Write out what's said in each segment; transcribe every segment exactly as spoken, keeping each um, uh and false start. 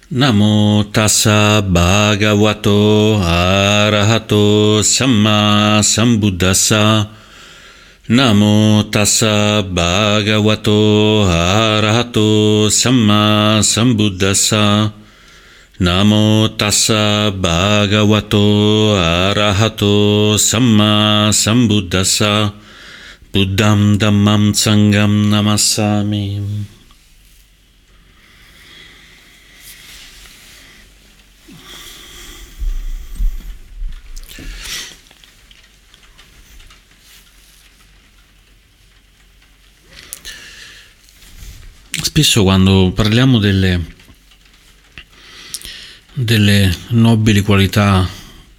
Namo tassa bhagavato arahato samma sambuddhassa. Namo tassa bhagavato arahato samma sambuddhassa. Namo tassa bhagavato arahato samma sambuddhassa. Buddham dhammam sangham namassami. Spesso quando parliamo delle, delle nobili qualità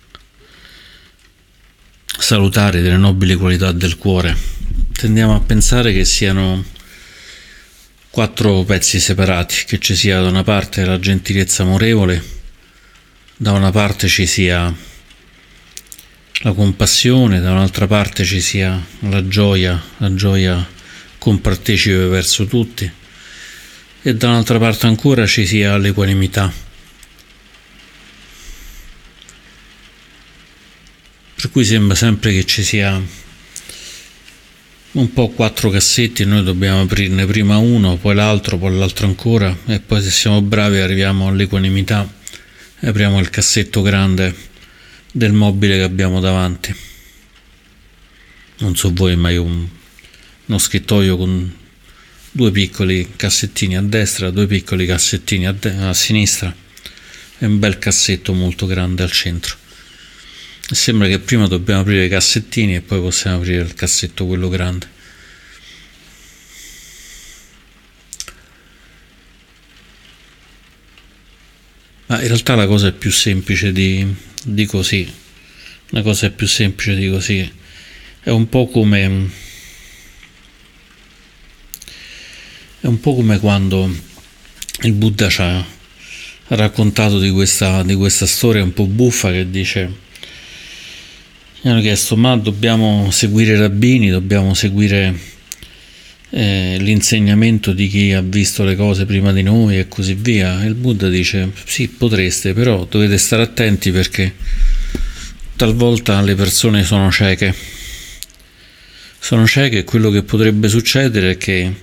salutari, delle nobili qualità del cuore, tendiamo a pensare che siano quattro pezzi separati, che ci sia da una parte la gentilezza amorevole, da una parte ci sia la compassione, da un'altra parte ci sia la gioia, la gioia compartecipe verso tutti, e da un'altra parte ancora ci sia l'equanimità. Per cui sembra sempre che ci sia un po' quattro cassetti e noi dobbiamo aprirne prima uno, poi l'altro, poi l'altro ancora, e poi se siamo bravi arriviamo all'equanimità e apriamo il cassetto grande del mobile che abbiamo davanti. Non so voi, ma io un, uno scrittoio con due piccoli cassettini a destra, due piccoli cassettini a, de- a sinistra e un bel cassetto molto grande al centro. E sembra che prima dobbiamo aprire i cassettini e poi possiamo aprire il cassetto quello grande. Ma in realtà la cosa è più semplice di, di così. La cosa è più semplice di così. È un po' come È un po' come quando il Buddha ci ha raccontato di questa, di questa storia un po' buffa che dice: gli hanno chiesto, ma dobbiamo seguire i rabbini, dobbiamo seguire eh, l'insegnamento di chi ha visto le cose prima di noi e così via. E il Buddha dice: sì, potreste, però dovete stare attenti perché talvolta le persone sono cieche. Sono cieche e quello che potrebbe succedere è che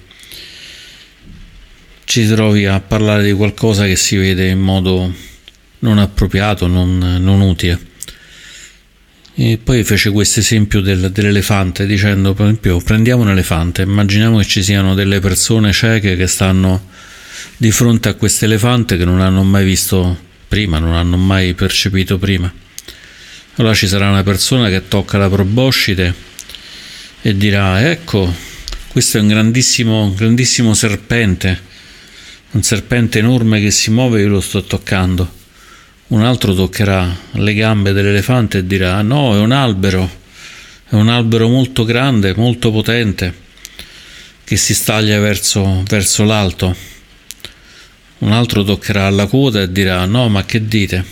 ci trovi a parlare di qualcosa che si vede in modo non appropriato, non, non utile. E poi fece questo esempio del, dell'elefante dicendo, per esempio, prendiamo un elefante, immaginiamo che ci siano delle persone cieche che stanno di fronte a questo elefante che non hanno mai visto prima, non hanno mai percepito prima. Allora ci sarà una persona che tocca la proboscide e dirà: ecco, questo è un grandissimo, grandissimo serpente, un serpente enorme che si muove, io lo sto toccando. Un altro toccherà le gambe dell'elefante e dirà: no, è un albero, è un albero molto grande, molto potente, che si staglia verso, verso l'alto. Un altro toccherà la coda e dirà: no, ma che dite?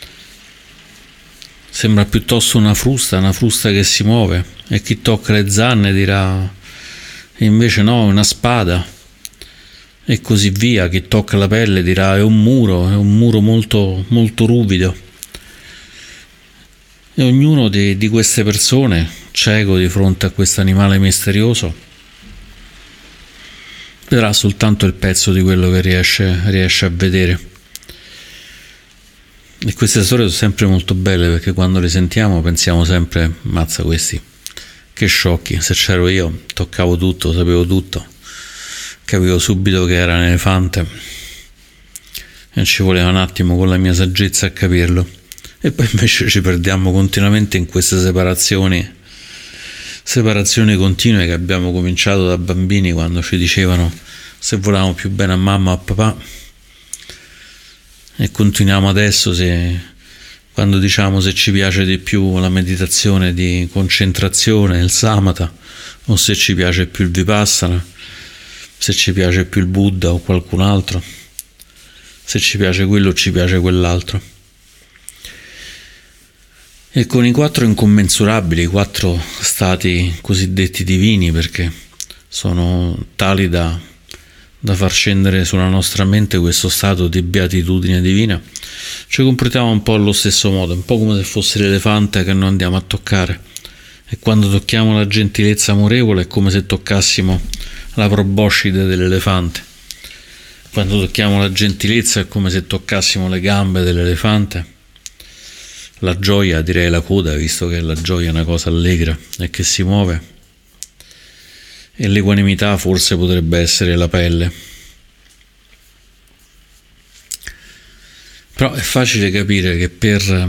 Sembra piuttosto una frusta, una frusta che si muove. E chi tocca le zanne dirà invece no, è una spada. E così via. Chi tocca la pelle dirà è un muro, è un muro molto, molto ruvido. E ognuno di, di queste persone, cieco di fronte a questo animale misterioso, vedrà soltanto il pezzo di quello che riesce, riesce a vedere. E queste storie sono sempre molto belle, perché quando le sentiamo pensiamo sempre: mazza, questi che sciocchi, se c'ero io toccavo tutto, sapevo tutto, capivo subito che era un elefante e ci voleva un attimo con la mia saggezza a capirlo. E poi invece ci perdiamo continuamente in queste separazioni separazioni continue che abbiamo cominciato da bambini, quando ci dicevano se volevamo più bene a mamma o a papà, e continuiamo adesso se, quando diciamo se ci piace di più la meditazione di concentrazione, il samatha, o se ci piace più il vipassana, se ci piace più il Buddha o qualcun altro, se ci piace quello o ci piace quell'altro. E con i quattro incommensurabili, i quattro stati cosiddetti divini, perché sono tali da da far scendere sulla nostra mente questo stato di beatitudine divina, ci comportiamo un po' allo stesso modo, un po' come se fosse l'elefante che noi andiamo a toccare, e quando tocchiamo la gentilezza amorevole è come se toccassimo la proboscide dell'elefante. Quando tocchiamo la gentilezza è come se toccassimo le gambe dell'elefante. La gioia, direi la coda, visto che la gioia è una cosa allegra e che si muove. E l'equanimità forse potrebbe essere la pelle. Però è facile capire che per,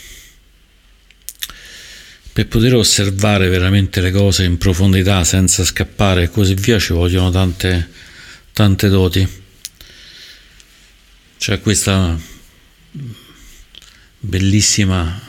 per poter osservare veramente le cose in profondità senza scappare e così via ci vogliono tante, tante doti. C'è questa bellissima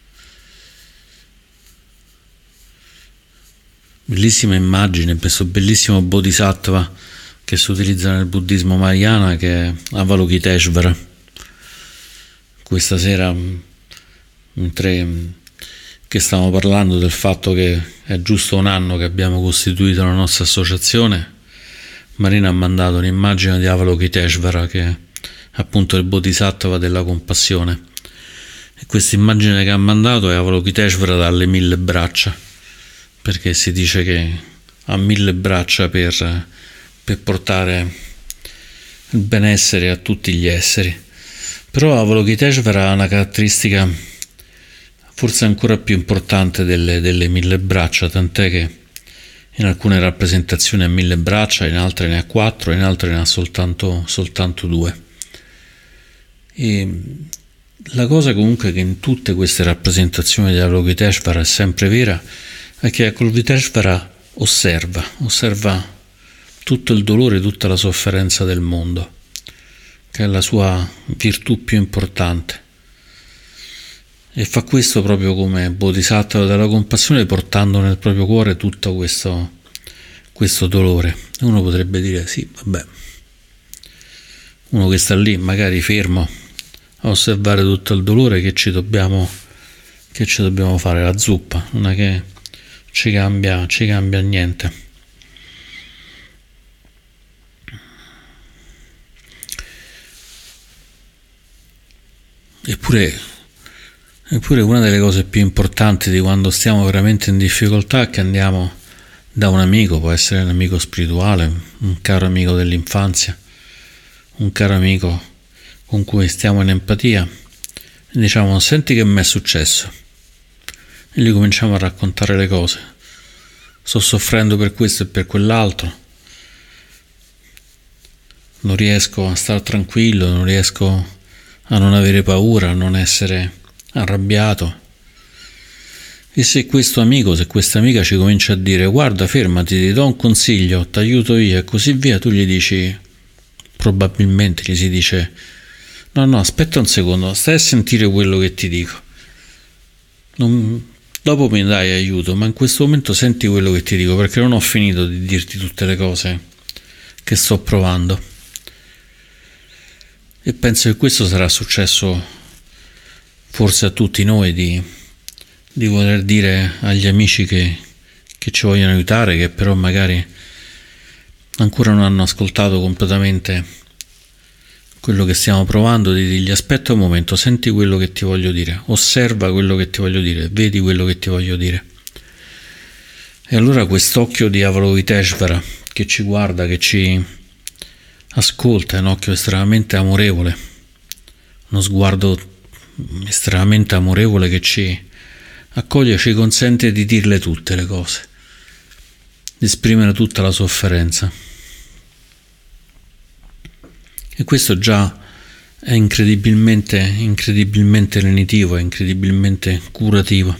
bellissima immagine, questo bellissimo bodhisattva che si utilizza nel buddismo mahayana, che è Avalokiteshvara. Questa sera, mentre che stavamo parlando del fatto che è giusto un anno che abbiamo costituito la nostra associazione, Marina ha mandato un'immagine di Avalokiteshvara, che è appunto il bodhisattva della compassione, e questa immagine che ha mandato è Avalokiteshvara dalle mille braccia, perché si dice che ha mille braccia per, per portare il benessere a tutti gli esseri. Però Avalokiteshvara ha una caratteristica forse ancora più importante delle, delle mille braccia, tant'è che in alcune rappresentazioni ha mille braccia, in altre ne ha quattro, in altre ne ha soltanto, soltanto due. E la cosa comunque che in tutte queste rappresentazioni di Avalokiteshvara è sempre vera è che Avalokiteshvara osserva, osserva tutto il dolore, tutta la sofferenza del mondo, che è la sua virtù più importante, e fa questo proprio come bodhisattva della compassione, portando nel proprio cuore tutto questo, questo dolore. E uno potrebbe dire sì, vabbè, uno che sta lì magari fermo a osservare tutto il dolore, che ci dobbiamo che ci dobbiamo fare? La zuppa, non è che ci cambia, ci cambia niente. Eppure, eppure una delle cose più importanti di quando stiamo veramente in difficoltà è che andiamo da un amico, può essere un amico spirituale, un caro amico dell'infanzia, un caro amico con cui stiamo in empatia, e diciamo: senti che mi è successo, e gli cominciamo a raccontare le cose. Sto soffrendo per questo e per quell'altro, non riesco a stare tranquillo, non riesco a non avere paura, a non essere arrabbiato. E se questo amico, se questa amica ci comincia a dire: guarda, fermati, ti do un consiglio, ti aiuto io e così via, tu gli dici, probabilmente gli si dice: no no, aspetta un secondo, stai a sentire quello che ti dico, non, dopo mi dai aiuto, ma in questo momento senti quello che ti dico, perché non ho finito di dirti tutte le cose che sto provando. E penso che questo sarà successo forse a tutti noi, di, di voler dire agli amici che, che ci vogliono aiutare, che però magari ancora non hanno ascoltato completamente quello che stiamo provando, di dirgli: aspetta un momento, senti quello che ti voglio dire, osserva quello che ti voglio dire, vedi quello che ti voglio dire. E allora quest'occhio di Avalokiteshvara che ci guarda, che ci ascolta, è un occhio estremamente amorevole, uno sguardo estremamente amorevole che ci accoglie, ci consente di dirle tutte le cose, di esprimere tutta la sofferenza. E questo già è incredibilmente, incredibilmente lenitivo, è incredibilmente curativo.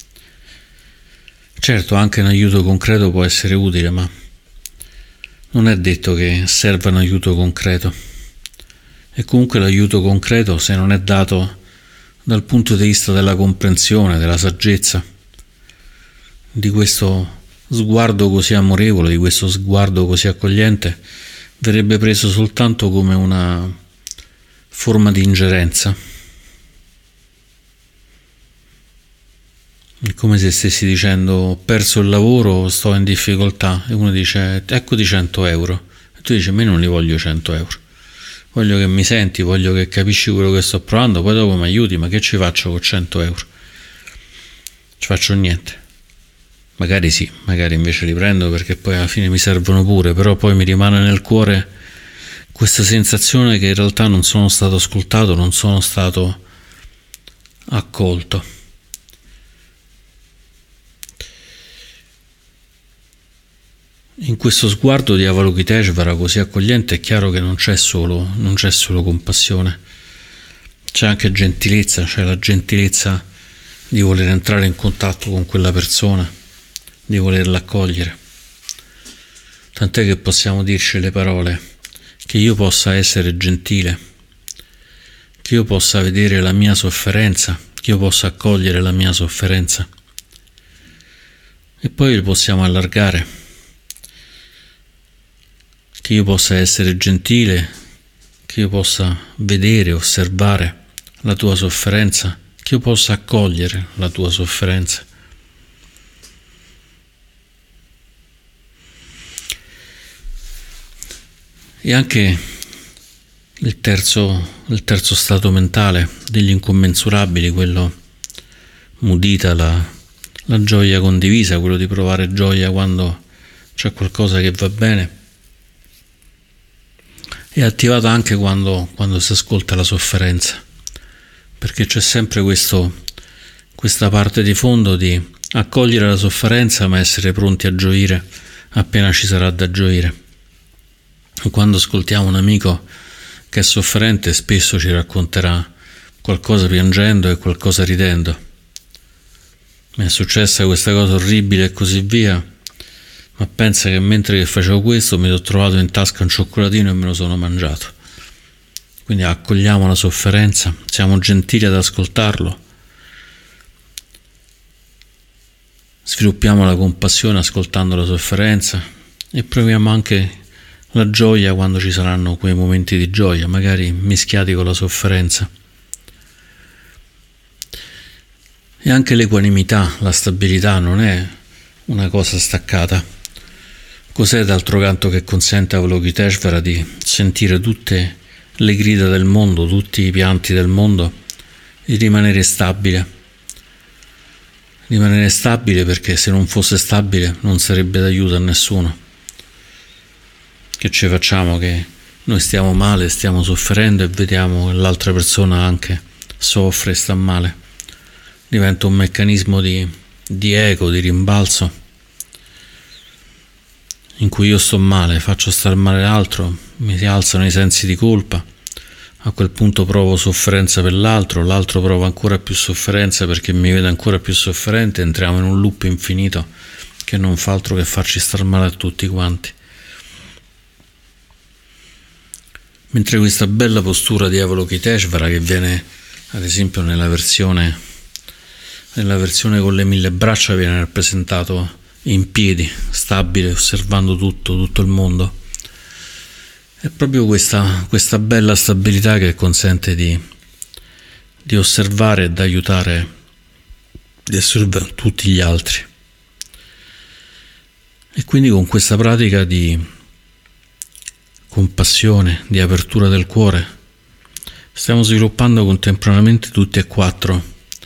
Certo, anche un aiuto concreto può essere utile, ma non è detto che serva un aiuto concreto. E comunque l'aiuto concreto, se non è dato dal punto di vista della comprensione, della saggezza, di questo sguardo così amorevole, di questo sguardo così accogliente, verrebbe preso soltanto come una forma di ingerenza. È come se stessi dicendo: ho perso il lavoro, sto in difficoltà, e uno dice: eccoti cento euro, e tu dici: ma io non li voglio cento euro, voglio che mi senti, voglio che capisci quello che sto provando, poi dopo mi aiuti. Ma che ci faccio con cento euro? Ci faccio niente. Magari sì, magari invece li prendo perché poi alla fine mi servono pure, però poi mi rimane nel cuore questa sensazione che in realtà non sono stato ascoltato, non sono stato accolto. In questo sguardo di Avalokiteshvara così accogliente è chiaro che non c'è solo, non c'è solo compassione, c'è anche gentilezza, c'è la gentilezza di voler entrare in contatto con quella persona, di volerla accogliere. Tant'è che possiamo dirci le parole: che io possa essere gentile, che io possa vedere la mia sofferenza, che io possa accogliere la mia sofferenza. E poi li possiamo allargare: che io possa essere gentile, che io possa vedere, osservare la tua sofferenza, che io possa accogliere la tua sofferenza. E anche il terzo, il terzo stato mentale degli incommensurabili, quello mudita, la, la gioia condivisa, quello di provare gioia quando c'è qualcosa che va bene, è attivato anche quando, quando si ascolta la sofferenza, perché c'è sempre questo, questa parte di fondo di accogliere la sofferenza ma essere pronti a gioire appena ci sarà da gioire. Quando ascoltiamo un amico che è sofferente, spesso ci racconterà qualcosa piangendo e qualcosa ridendo. Mi è successa questa cosa orribile e così via, ma pensa che mentre facevo questo mi sono trovato in tasca un cioccolatino e me lo sono mangiato. Quindi accogliamo la sofferenza, siamo gentili ad ascoltarlo, sviluppiamo la compassione ascoltando la sofferenza e proviamo anche la gioia quando ci saranno quei momenti di gioia, magari mischiati con la sofferenza. E anche l'equanimità, la stabilità non è una cosa staccata. Cos'è d'altro canto che consente a Avalokiteshvara di sentire tutte le grida del mondo, tutti i pianti del mondo, e rimanere stabile. Rimanere stabile perché se non fosse stabile non sarebbe d'aiuto a nessuno. Che ci facciamo che noi stiamo male, stiamo soffrendo e vediamo che l'altra persona anche soffre e sta male. Diventa un meccanismo di, di ego, di rimbalzo, in cui io sto male, faccio star male l'altro, mi si alzano i sensi di colpa, a quel punto provo sofferenza per l'altro, l'altro prova ancora più sofferenza perché mi vede ancora più sofferente, entriamo in un loop infinito che non fa altro che farci star male a tutti quanti. Mentre questa bella postura di Avalokiteshvara, che viene ad esempio nella versione nella versione con le mille braccia, viene rappresentato in piedi, stabile, osservando tutto, tutto il mondo, è proprio questa, questa bella stabilità che consente di, di osservare e di aiutare, di osservare tutti gli altri. E quindi con questa pratica di compassione, di apertura del cuore, stiamo sviluppando contemporaneamente tutti e quattro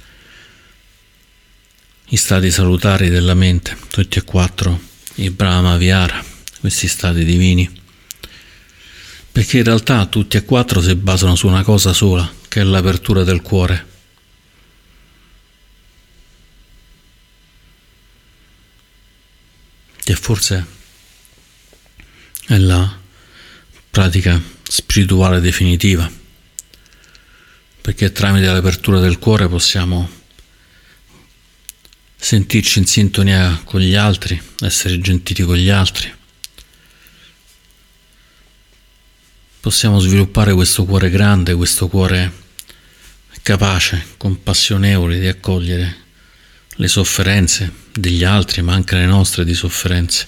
i stati salutari della mente, tutti e quattro i Brahma Vihara, questi stati divini, perché in realtà tutti e quattro si basano su una cosa sola, che è l'apertura del cuore. Che forse è la pratica spirituale definitiva, perché tramite l'apertura del cuore possiamo sentirci in sintonia con gli altri, essere gentili con gli altri. Possiamo sviluppare questo cuore grande, questo cuore capace, compassionevole di accogliere le sofferenze degli altri, ma anche le nostre di sofferenze.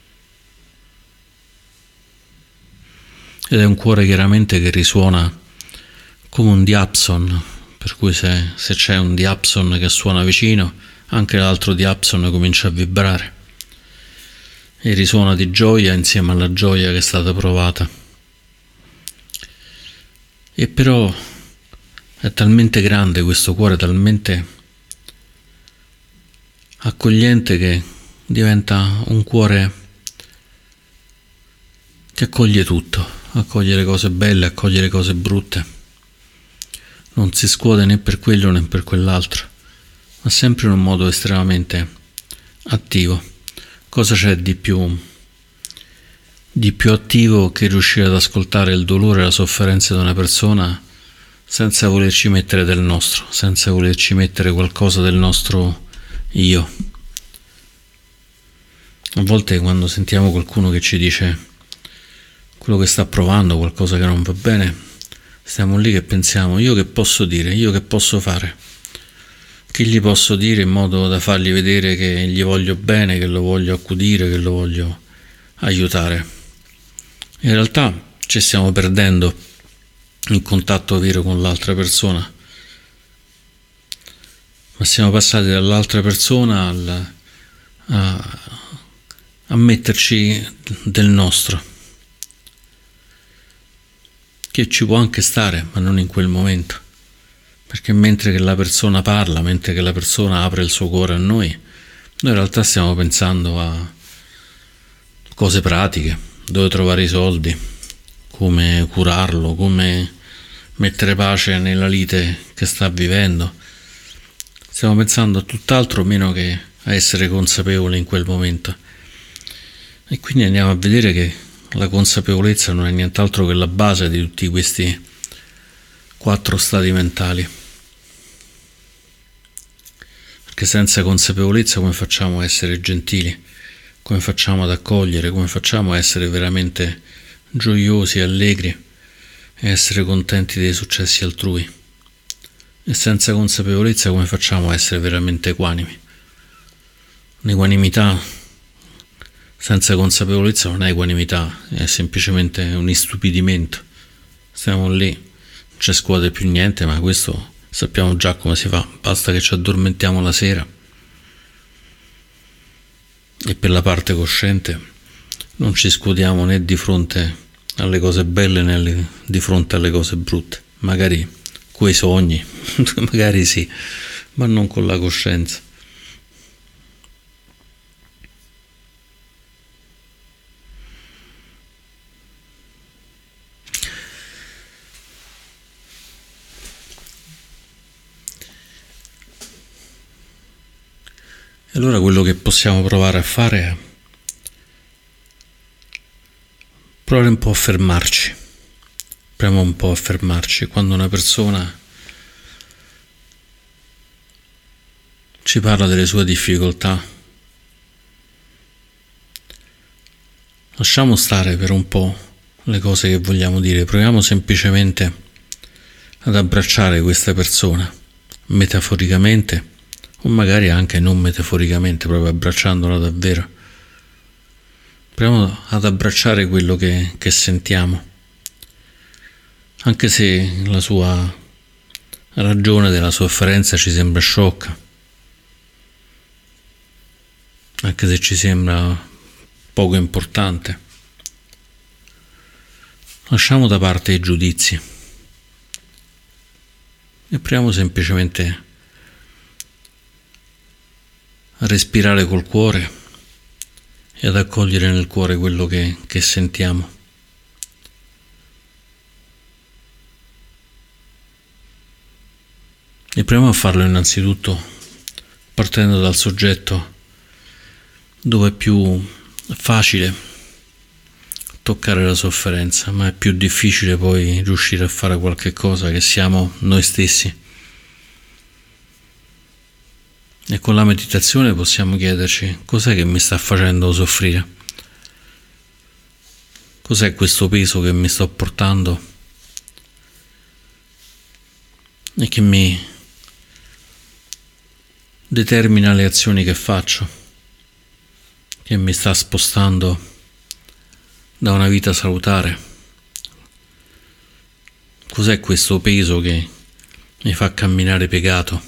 Ed è un cuore chiaramente che risuona come un diapson, per cui se, se c'è un diapson che suona vicino, anche l'altro diapson comincia a vibrare. e risuona di gioia insieme alla gioia che è stata provata. E però è talmente grande questo cuore, talmente accogliente, che diventa un cuore che accoglie tutto, accoglie le cose belle, accoglie le cose brutte, non si scuote né per quello né per quell'altro, ma sempre in un modo estremamente attivo. Cosa c'è di più di più attivo che riuscire ad ascoltare il dolore e la sofferenza di una persona senza volerci mettere del nostro, senza volerci mettere qualcosa del nostro io? A volte quando sentiamo qualcuno che ci dice quello che sta provando, qualcosa che non va bene, stiamo lì che pensiamo: io che posso dire, io che posso fare, che gli posso dire in modo da fargli vedere che gli voglio bene, che lo voglio accudire, che lo voglio aiutare. In realtà ci stiamo perdendo il contatto vero con l'altra persona, ma siamo passati dall'altra persona al, a, a metterci del nostro, che ci può anche stare, ma non in quel momento, perché mentre che la persona parla, mentre che la persona apre il suo cuore a noi, noi in realtà stiamo pensando a cose pratiche, dove trovare i soldi, come curarlo, come mettere pace nella lite che sta vivendo. Stiamo pensando a tutt'altro meno che a essere consapevoli in quel momento. E quindi andiamo a vedere che la consapevolezza non è nient'altro che la base di tutti questi quattro stati mentali. Perché senza consapevolezza come facciamo a essere gentili? Come facciamo ad accogliere? Come facciamo a essere veramente gioiosi, allegri e essere contenti dei successi altrui? E senza consapevolezza come facciamo a essere veramente equanimi? L'equanimità senza consapevolezza non è equanimità, è semplicemente un istupidimento. Stiamo lì, non ci scuote più niente, ma questo sappiamo già come si fa, basta che ci addormentiamo la sera. E per la parte cosciente non ci scuotiamo né di fronte alle cose belle né alle, di fronte alle cose brutte, magari coi sogni, magari sì, ma non con la coscienza. E allora quello che possiamo provare a fare è provare un po' a fermarci. Proviamo un po' a fermarci quando una persona ci parla delle sue difficoltà. Lasciamo stare per un po' le cose che vogliamo dire, proviamo semplicemente ad abbracciare questa persona, metaforicamente o magari anche non metaforicamente, proprio abbracciandola davvero. Proviamo ad abbracciare quello che, che sentiamo, anche se la sua ragione della sofferenza ci sembra sciocca, anche se ci sembra poco importante. Lasciamo da parte i giudizi e proviamo semplicemente a respirare col cuore e ad accogliere nel cuore quello che, che sentiamo. E proviamo a farlo innanzitutto partendo dal soggetto dove è più facile toccare la sofferenza, ma è più difficile poi riuscire a fare qualche cosa, che siamo noi stessi. E con la meditazione possiamo chiederci: cos'è che mi sta facendo soffrire? Cos'è questo peso che mi sto portando e che mi determina le azioni che faccio, che mi sta spostando da una vita salutare? Cos'è questo peso che mi fa camminare piegato?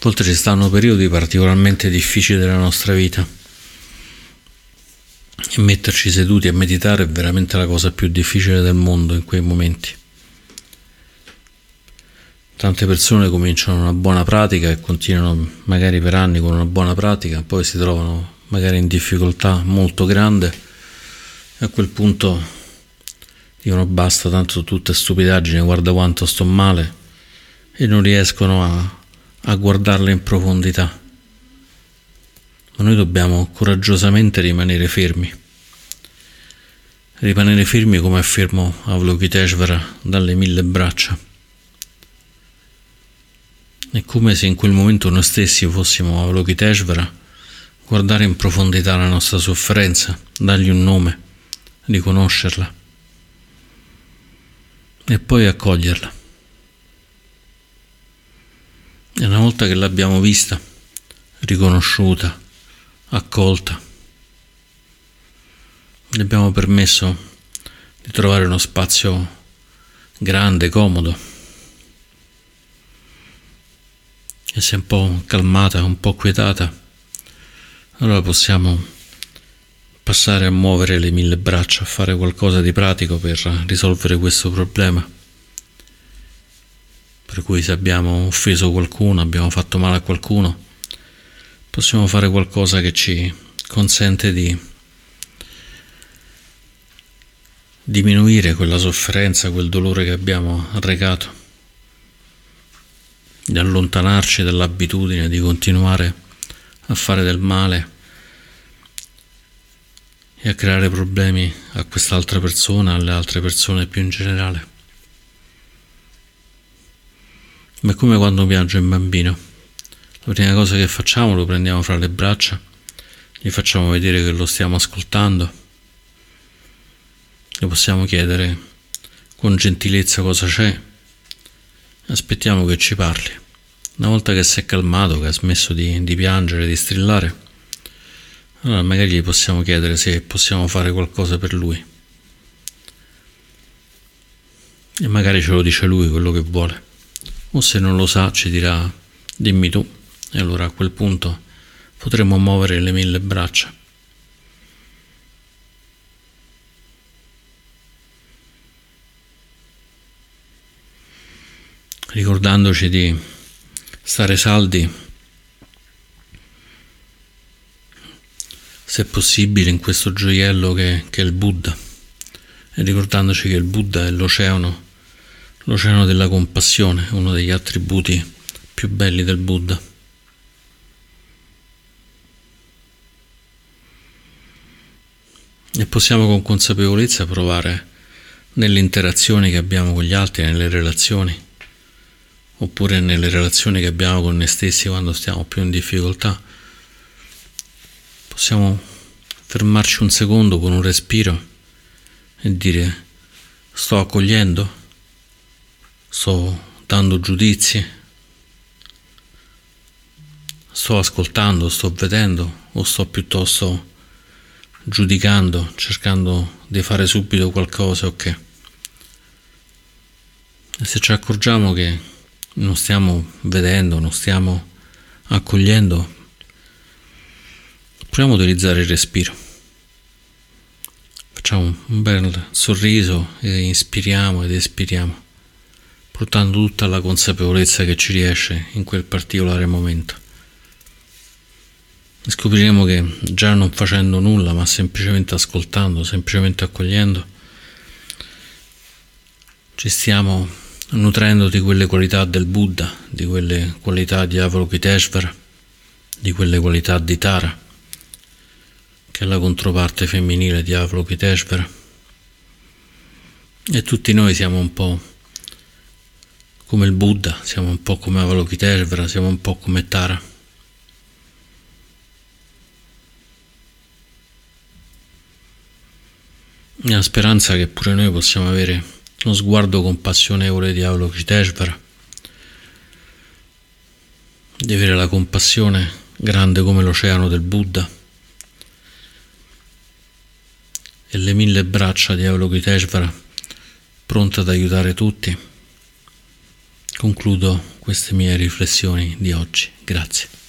volte ci stanno periodi particolarmente difficili della nostra vita e metterci seduti a meditare è veramente la cosa più difficile del mondo in quei momenti. Tante persone cominciano una buona pratica e continuano magari per anni con una buona pratica, poi si trovano magari in difficoltà molto grande e a quel punto dicono basta, tanto tutte stupidaggini, guarda quanto sto male, e non riescono a, a guardarle in profondità. Ma noi dobbiamo coraggiosamente rimanere fermi. Rimanere fermi come affermò Avalokiteshvara dalle mille braccia. È come se in quel momento noi stessi fossimo Avalokiteshvara, guardare in profondità la nostra sofferenza, dargli un nome, riconoscerla e poi accoglierla. E una volta che l'abbiamo vista, riconosciuta, accolta, gli abbiamo permesso di trovare uno spazio grande, comodo, e si è un po' calmata, un po' quietata, allora possiamo passare a muovere le mille braccia, a fare qualcosa di pratico per risolvere questo problema. Per cui se abbiamo offeso qualcuno, abbiamo fatto male a qualcuno, possiamo fare qualcosa che ci consente di diminuire quella sofferenza, quel dolore che abbiamo arrecato, di allontanarci dall'abitudine di continuare a fare del male e a creare problemi a quest'altra persona, alle altre persone più in generale. Ma è come quando piange un bambino. La prima cosa che facciamo, lo prendiamo fra le braccia, gli facciamo vedere che lo stiamo ascoltando, gli possiamo chiedere con gentilezza cosa c'è, aspettiamo che ci parli. Una volta che si è calmato, che ha smesso di, di piangere, di strillare, allora magari gli possiamo chiedere se possiamo fare qualcosa per lui. E magari ce lo dice lui quello che vuole. O se non lo sa ci dirà dimmi tu, e allora a quel punto potremo muovere le mille braccia. Ricordandoci di stare saldi, se possibile, in questo gioiello che, che è il Buddha, e ricordandoci che il Buddha è l'oceano, l'oceano della compassione, uno degli attributi più belli del Buddha. E possiamo con consapevolezza provare nelle interazioni che abbiamo con gli altri, nelle relazioni, oppure nelle relazioni che abbiamo con noi stessi quando stiamo più in difficoltà, possiamo fermarci un secondo con un respiro e dire sto accogliendo, sto dando giudizi, sto ascoltando, sto vedendo o sto piuttosto giudicando, cercando di fare subito qualcosa, ok? E se ci accorgiamo che non stiamo vedendo, non stiamo accogliendo, proviamo a utilizzare il respiro. Facciamo un bel sorriso e inspiriamo ed espiriamo, portando tutta la consapevolezza che ci riesce in quel particolare momento. E scopriremo che già non facendo nulla, ma semplicemente ascoltando, semplicemente accogliendo, ci stiamo nutrendo di quelle qualità del Buddha, di quelle qualità di Avalokiteshvara, di quelle qualità di Tara, che è la controparte femminile di Avalokiteshvara. E tutti noi siamo un po' come il Buddha, siamo un po' come Avalokiteshvara, siamo un po' come Tara. Nella speranza che pure noi possiamo avere uno sguardo compassionevole di Avalokiteshvara, di avere la compassione grande come l'oceano del Buddha e le mille braccia di Avalokiteshvara pronte ad aiutare tutti, concludo queste mie riflessioni di oggi. Grazie.